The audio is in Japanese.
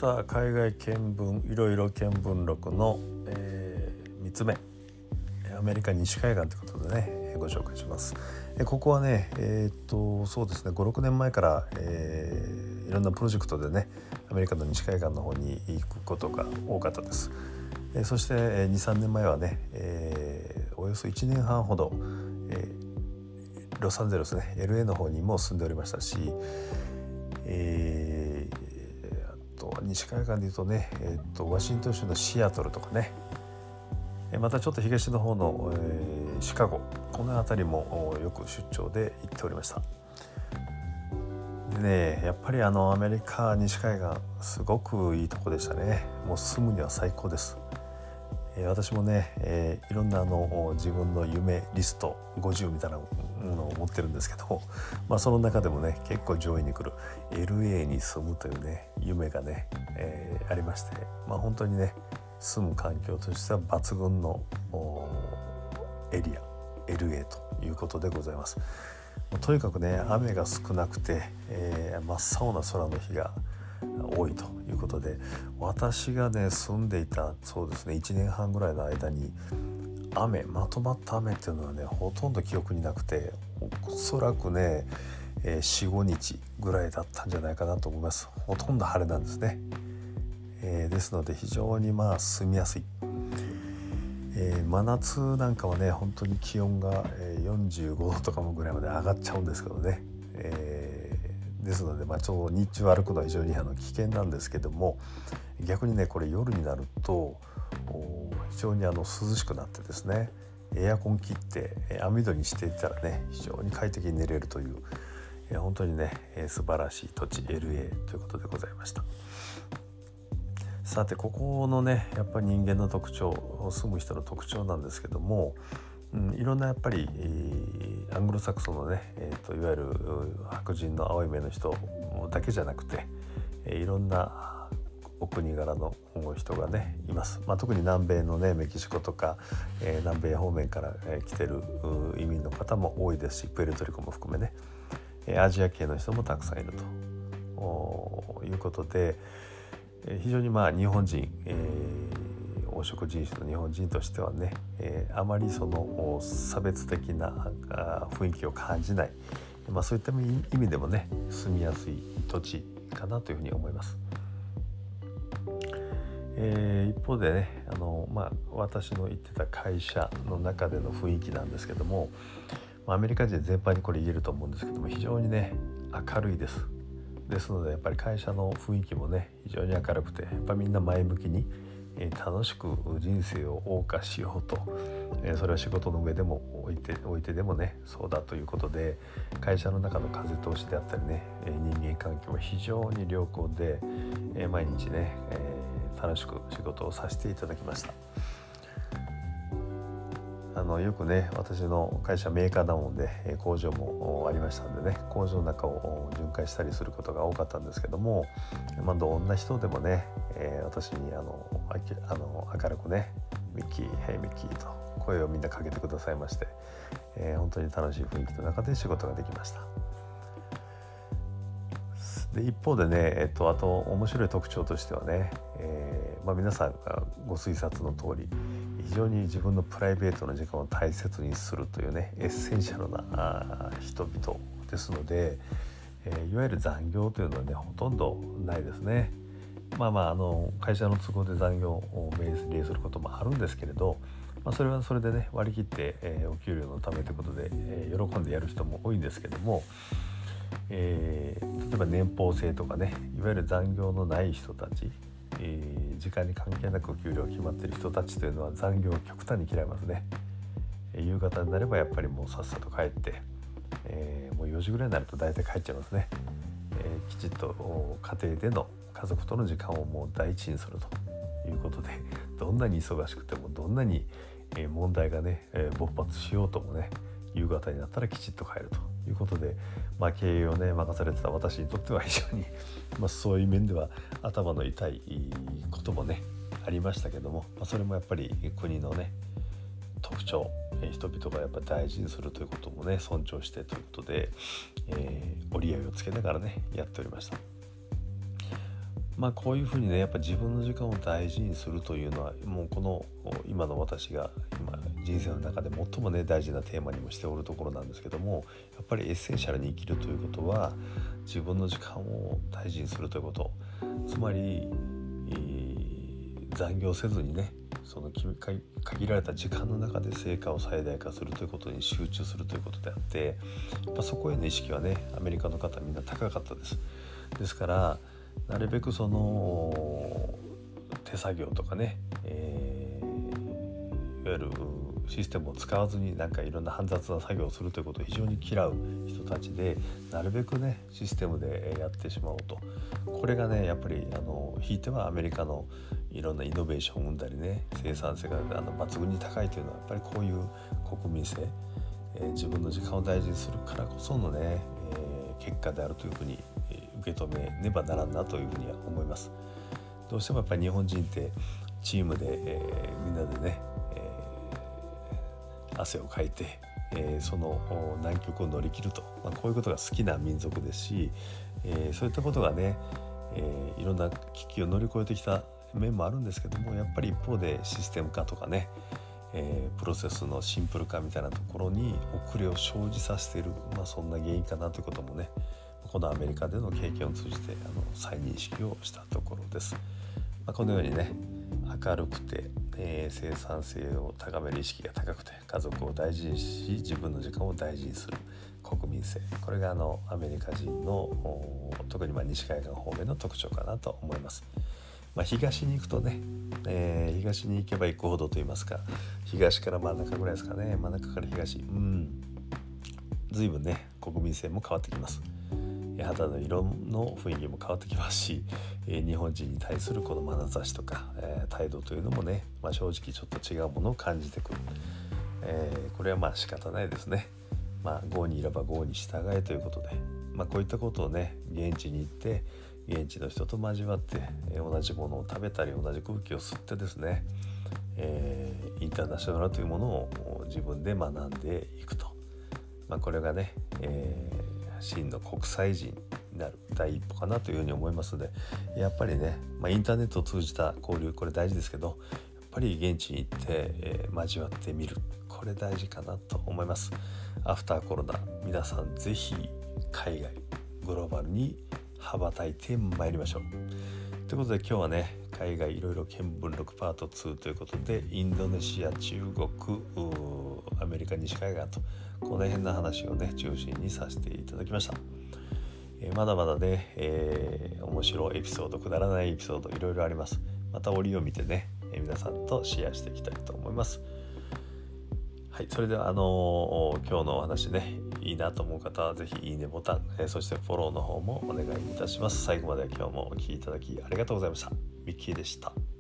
さあ海外見聞いろいろ見聞録の、3つ目アメリカ西海岸ということでね、ご紹介します。ここはねそうですね 5,6 年前から、いろんなプロジェクトでねアメリカの西海岸の方に行くことが多かったです。そして、2,3 年前はね、およそ1年半ほど、ロサンゼルスね LA の方にも住んでおりましたし、あとは西海岸でいうとね、ワシントン州のシアトルとかね、またちょっと東の方の、シカゴ、この辺りもよく出張で行っておりました。でね、やっぱりアメリカ西海岸すごくいいとこでしたね。もう住むには最高です。私もね、いろんな自分の夢リスト50みたいなものを持ってるんですけど、その中でもね結構上位に来る LA に住むというね夢がね、ありまして、本当にね住む環境としては抜群のエリア LA ということでございます。とにかくね雨が少なくて、真っ青な空の日が多いということで、私がね住んでいたそうですね1年半ぐらいの間にまとまった雨っていうのはねほとんど記憶になくて、おそらくね、4、5日ぐらいだったんじゃないかなと思います。ほとんど晴れなんですね。ですので非常に住みやすい。真夏なんかはね本当に気温が45度とかもぐらいまで上がっちゃうんですけどね、ですのでちょうど日中歩くのは非常に危険なんですけども、逆にねこれ夜になると非常に涼しくなってですね、エアコン切って網戸にしていたらね非常に快適に寝れるという、本当にね素晴らしい土地 LA ということでございました。さてここのねやっぱり人間の特徴、住む人の特徴なんですけども、いろんなやっぱりアングロサクソンのね、いわゆる白人の青い目の人だけじゃなくて、いろんなお国柄の人がねいます。特に南米のねメキシコとか、南米方面から来てる移民の方も多いですし、プエルトリコも含めねアジア系の人もたくさんいるということで、非常に日本人、黄色人種の日本人としてはね、あまりその差別的な雰囲気を感じない、そういった意味でもね住みやすい土地かなというふうに思います。一方でね私の行ってた会社の中での雰囲気なんですけども、アメリカ人全般にこれ言えると思うんですけども、非常にね明るいです。ですのでやっぱり会社の雰囲気もね非常に明るくて、やっぱりみんな前向きに楽しく人生を謳歌しようと、それは仕事の上でも置いてでもねそうだということで、会社の中の風通しであったりね人間関係は非常に良好で、毎日ね楽しく仕事をさせていただきました。よくね私の会社メーカーだもんで工場もありましたんでね、工場の中を巡回したりすることが多かったんですけども、どんな人でもね、私に明るくねミッキー、ヘイミッキーと声をみんなかけてくださいまして、本当に楽しい雰囲気の中で仕事ができました。で一方でね、あと面白い特徴としてはね、皆さんがご推察の通り非常に自分のプライベートの時間を大切にするというねエッセンシャルな人々ですので、いわゆる残業というのはねほとんどないですね。会社の都合で残業を命令することもあるんですけれど、それはそれでね割り切って、お給料のためということで、喜んでやる人も多いんですけども、例えば年俸制とかねいわゆる残業のない人たち、時間に関係なく給料決まっている人たちというのは残業を極端に嫌いますね。夕方になればやっぱりもうさっさと帰って、もう4時ぐらいになると大体帰っちゃいますね。きちっと家庭での家族との時間をもう第一にするということで、どんなに忙しくてもどんなに問題がね勃発しようともね夕方になったらきちっと帰るということで、経営をね任されてた私にとっては非常に、そういう面では頭の痛いこともねありましたけども、それもやっぱり国のね特徴、人々がやっぱり大事にするということもね尊重してということで、折り合いをつけながらねやっておりました。 こういうふうにねやっぱ自分の時間を大事にするというのはもうこの今の私が今人生の中で最もね大事なテーマにもしておるところなんですけども、やっぱりエッセンシャルに生きるということは自分の時間を大事にするということ、つまり、残業せずにねその限られた時間の中で成果を最大化するということに集中するということであって、やっぱそこへの意識はねアメリカの方みんな高かったです。ですからなるべくその手作業とかね、いわゆるシステムを使わずになんかいろんな煩雑な作業をするということを非常に嫌う人たちで、なるべくねシステムでやってしまおうと。これがねやっぱりひいてはアメリカのいろんなイノベーションを生んだりね生産性が抜群に高いというのはやっぱりこういう国民性、自分の時間を大事にするからこそのね、結果であるというふうに受け止めねばならんなというふうには思います。どうしてもやっぱり日本人ってチームで、みんなでね、汗をかいて、その難局を乗り切ると、こういうことが好きな民族ですし、そういったことがね、いろんな危機を乗り越えてきた面もあるんですけども、やっぱり一方でシステム化とかね、プロセスのシンプル化みたいなところに遅れを生じさせている、そんな原因かなということもねこのアメリカでの経験を通じて再認識をしたところです。このようにね明るくて、生産性を高める意識が高くて家族を大事にし自分の時間を大事にする国民性、これがアメリカ人の特に西海岸方面の特徴かなと思います。東に行くとね、東に行けば行くほどといいますか、東から真ん中ぐらいですかね、真ん中から東、随分ね国民性も変わってきます。肌の色の雰囲気も変わってきますし、日本人に対するこの眼差しとか、態度というのもね、正直ちょっと違うものを感じてくる、これは仕方ないですね。郷にいれば郷に従えということで、こういったことをね現地に行って現地の人と交わって、同じものを食べたり同じ空気を吸ってですね、インターナショナルというものを自分で学んでいくと、これがね、真の国際人になる第一歩かなというふうに思いますので、やっぱりね、インターネットを通じた交流これ大事ですけど、やっぱり現地に行って、交わってみる、これ大事かなと思います。アフターコロナ、皆さんぜひ海外グローバルに羽ばたいてまいりましょうということで、今日はね海外いろいろ見聞録パート2ということで、インドネシア、中国、アメリカ西海岸とこの辺の話をね中心にさせていただきました。まだまだね、面白いエピソード、くだらないエピソードいろいろあります。また折を見てね、皆さんとシェアしていきたいと思います。はい、それでは今日のお話ねいいなと思う方はぜひいいねボタン、そしてフォローの方もお願いいたします。最後まで今日もお聞きいただきありがとうございました。ミッキーでした。